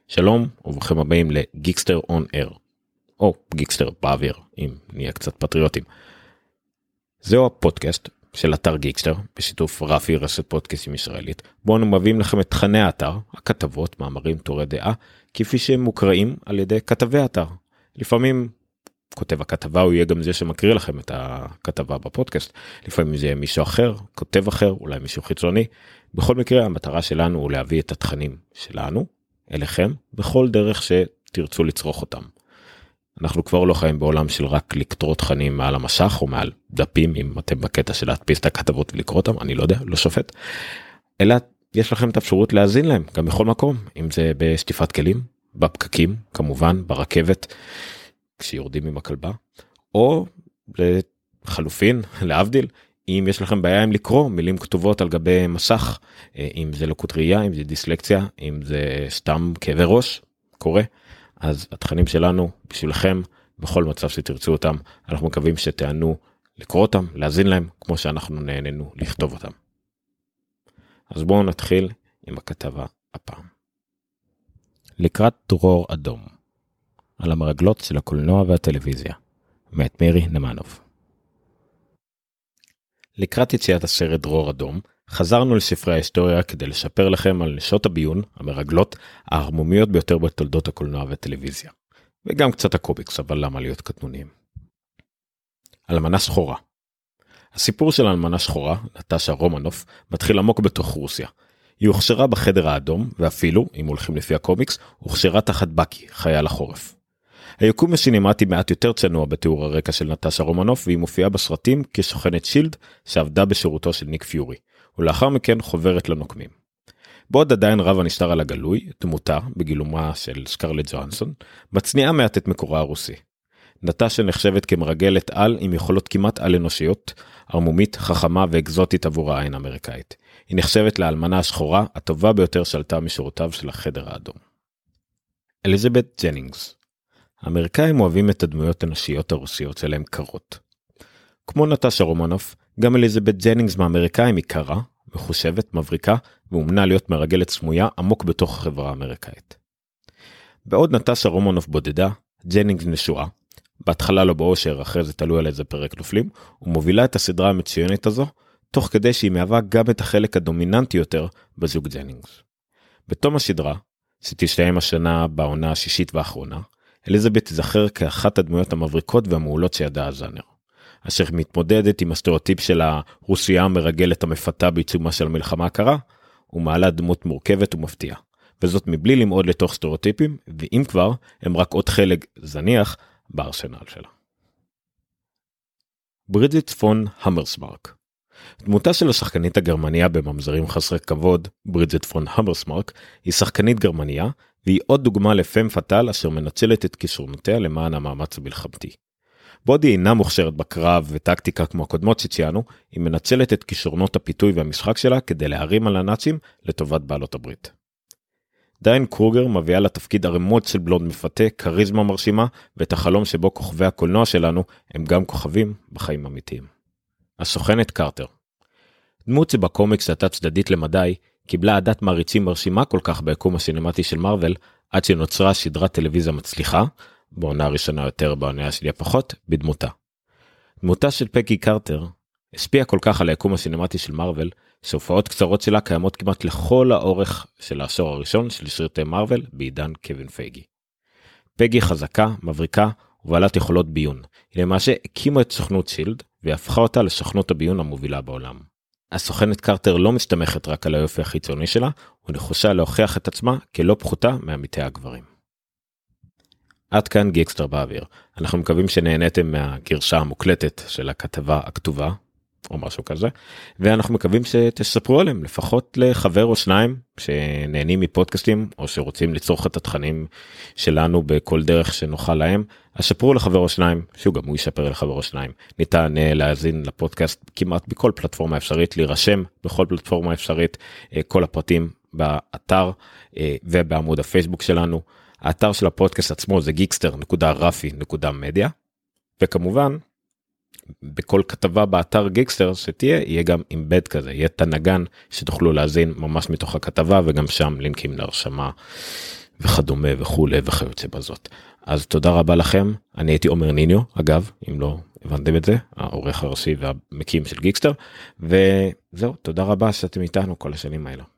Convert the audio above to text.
שלום וברוכים הבאים לגיקסטר און אייר, או גיקסטר באוויר, אם נהיה קצת פטריוטים. זהו הפודקאסט של אתר גיקסטר, בשיתוף רפי, רשת פודקאסטים ישראלית, בו אנו מביאים לכם את תכני האתר, הכתבות, מאמרים, תורי דעה, כפי שהם מוקראים על ידי כתבי האתר. לפעמים כותב הכתבה הוא יהיה גם זה שמקריא לכם את הכתבה בפודקאסט, לפעמים זה יהיה מישהו אחר, כותב אחר, אולי מישהו חיצוני. בכל מקרה המטרה שלנו הוא להביא את התכנים שלנו אליכם בכל דרך שתרצו לצרוך אותם. אנחנו כבר לא חיים בעולם של רק לקטור תכנים מעל המשך או מעל דפים, אם אתם בקטע של להדפיס את הכתבות ולקרוא אותם, אני לא יודע, לא שופט, אלא יש לכם את האפשרות להאזין להם גם בכל מקום, אם זה בשטיפת כלים, בפקקים, כמובן, ברכבת, כשיורדים עם הכלבה, או לחלופין, להבדיל, אם יש לכם בעיה עם לקרוא מילים כתובות על גבי מסך, אם זה לקות ראייה, אם זה דיסלקציה, אם זה סתם כאבי ראש, קורה, אז התכנים שלנו בשבילכם, בכל מצב שתרצו אותם, אנחנו מקווים שתענו לקרוא אותם, להזין להם, כמו שאנחנו נהנינו לכתוב אותם. אז בואו נתחיל עם הכתבה הפעם. לקראת דרור אדום, על המרגלות של הקולנוע והטלוויזיה, מאת מירי נמנוב. לקראת יציאת הסרט דרור אדום, חזרנו לספרי ההיסטוריה כדי לשפר לכם על נשות הביון, המרגלות, ההרמומיות ביותר בתולדות הקולנוע והטלוויזיה. וגם קצת הקומיקס, אבל למה להיות קטנוניים? אלמנה שחורה. הסיפור של אלמנה שחורה, נטשה רומנוף, מתחיל עמוק בתוך רוסיה. היא הוכשרה בחדר האדום, ואפילו, אם הולכים לפי הקומיקס, הוכשרה תחת בקי, חייל החורף. היקום הסינימטי מעט יותר צנוע בתיאור הרקע של נטשה רומנוף, והיא מופיעה בסרטים כסוכנת שילד שעבדה בשירותו של ניק פיורי, ולאחר מכן חוברת לנוקמים. בעוד עדיין רב הנסתר על הגלוי, דמותה, בגילומה של סקרלט ג'והנסון, מצניעה מעט את מקורה הרוסי. נטשה נחשבת כמרגלת על עם יכולות כמעט על אנושיות, ערמומית, חכמה ואקזוטית עבור העין האמריקאית. היא נחשבת לאלמנה השחורה הטובה ביותר שלטה משורותיו של החדר האדום. אליזבת ג'נינגס. האמריקאים אוהבים את הדמויות הנשיות הרוסיות שלהם קרות. כמו נטשה רומנוף, גם אליזבת ג'נינגס מהאמריקאים היא קרה, מחושבת, מבריקה, ואומנה להיות מרגלת סמויה עמוק בתוך החברה האמריקאית. בעוד נטשה רומנוף בודדה, ג'נינגס נשואה, בהתחלה לא באושר, אחרי זה תלוי על איזה פרק נופלים, ומובילה את הסדרה המצוינת הזו, תוך כדי שהיא מהווה גם את החלק הדומיננטי יותר בזוג ג'נינגס. בתום הסדרה, שתסתיים השנה בעונה השישית והאחרונה, אליזבת תזכר כאחת הדמויות המבריקות והמעולות שידעה הז'אנר, אשר מתמודדת עם הסטריאוטיפ של הרוסיה המרגלת המפתה בעיצומה של המלחמה הקרה, ומעלה דמות מורכבת ומפתיעה, וזאת מבלי למעוד לתוך סטריאוטיפים, ואם כבר, הם רק עוד חלק זניח בארסנל שלה. ברידג'ט פון המרסמרק. דמותה של השחקנית הגרמניה בממזרים חסרי כבוד, ברידג'ט פון המרסמרק, היא שחקנית גרמניה, והיא עוד דוגמה לפם פטל אשר מנצלת את כישרונותיה למען המאמץ המלחמתי. בעוד היא אינה מוכשרת בקרב וטקטיקה כמו הקודמות שציינו, היא מנצלת את כישרונות הפיתוי והמשחק שלה כדי להרים על הנאצים לטובת בעלות הברית. דיין קרוגר מביאה לתפקיד ערימות של בלונד מפתה, קריזמה מרשימה, ואת החלום שבו כוכבי הקולנוע שלנו הם גם כוכבים בחיים אמיתיים. הסוכנת קרטר. דמות שבקומיקס הייתה צדדית למדי, קיבלה עדת מעריצים מרשימה כל כך ביקום הסינמטי של מארוול, עד שנוצרה סדרת טלוויזיה מצליחה, בעונה הראשונה יותר, בעונה השנייה פחות, בדמותה. דמותה של פגי קרטר השפיעה כל כך על היקום הסינמטי של מארוול, שהופעות קצרות שלה קיימות כמעט לכל האורך של העשור הראשון של סרטי מארוול בעידן קווין פייגי. פגי חזקה, מבריקה ובעלת יכולות ביון. היא למעשה הקימה את סוכנות שילד והפכה אותה לסוכנות הביון המובילה בעולם. הסוכנת קרטר לא מסתמכת רק על היופי החיצוני שלה, ונחושה להוכיח את עצמה כלא פחותה מעמיתי הגברים. עד כאן גיקסטר באוויר. אנחנו מקווים שנהניתם מהגרשה המוקלטת של הכתבה הכתובה, או משהו כזה, ואנחנו מקווים שתספרו עליהם, לפחות לחבר או שניים שנהנים מפודקאסטים, או שרוצים לצרוך את התכנים שלנו בכל דרך שנוכל להם, אז ספרו לחבר או שניים, שהוא גם הוא ישפר לחבר או שניים. ניתן להאזין לפודקאסט כמעט בכל פלטפורמה אפשרית, להירשם בכל פלטפורמה אפשרית, כל הפרטים באתר ובעמוד הפייסבוק שלנו. האתר של הפודקאסט עצמו זה geekster.rafi.media, וכמובן, בכל כתבה באתר גיקסטר שתהיה, יהיה גם אימבד כזה, יהיה תנגן שתוכלו להזין ממש מתוך הכתבה, וגם שם לינקים להרשמה וכדומה וכולי וכיוצא בזאת. אז תודה רבה לכם, אני הייתי עומר ניניו, אגב, אם לא הבנתם את זה, העורך הראשי והמקים של גיקסטר, וזהו, תודה רבה שאתם איתנו כל השנים האלה.